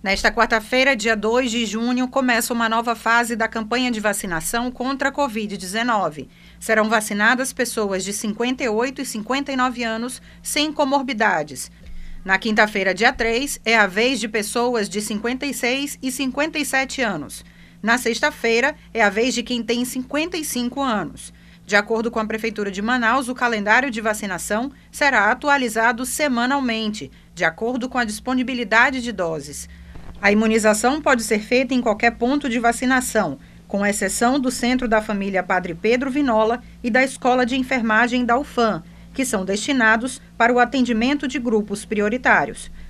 Nesta quarta-feira, dia 2 de junho, começa uma nova fase da campanha de vacinação contra a Covid-19. Serão vacinadas pessoas de 58 e 59 anos sem comorbidades. Na quinta-feira, dia 3, é a vez de pessoas de 56 e 57 anos. Na sexta-feira, é a vez de quem tem 55 anos. De acordo com a Prefeitura de Manaus, o calendário de vacinação será atualizado semanalmente, de acordo com a disponibilidade de doses. A imunização pode ser feita em qualquer ponto de vacinação, com exceção do Centro da Família Padre Pedro Vinola e da Escola de Enfermagem da UFAM, que são destinados para o atendimento de grupos prioritários.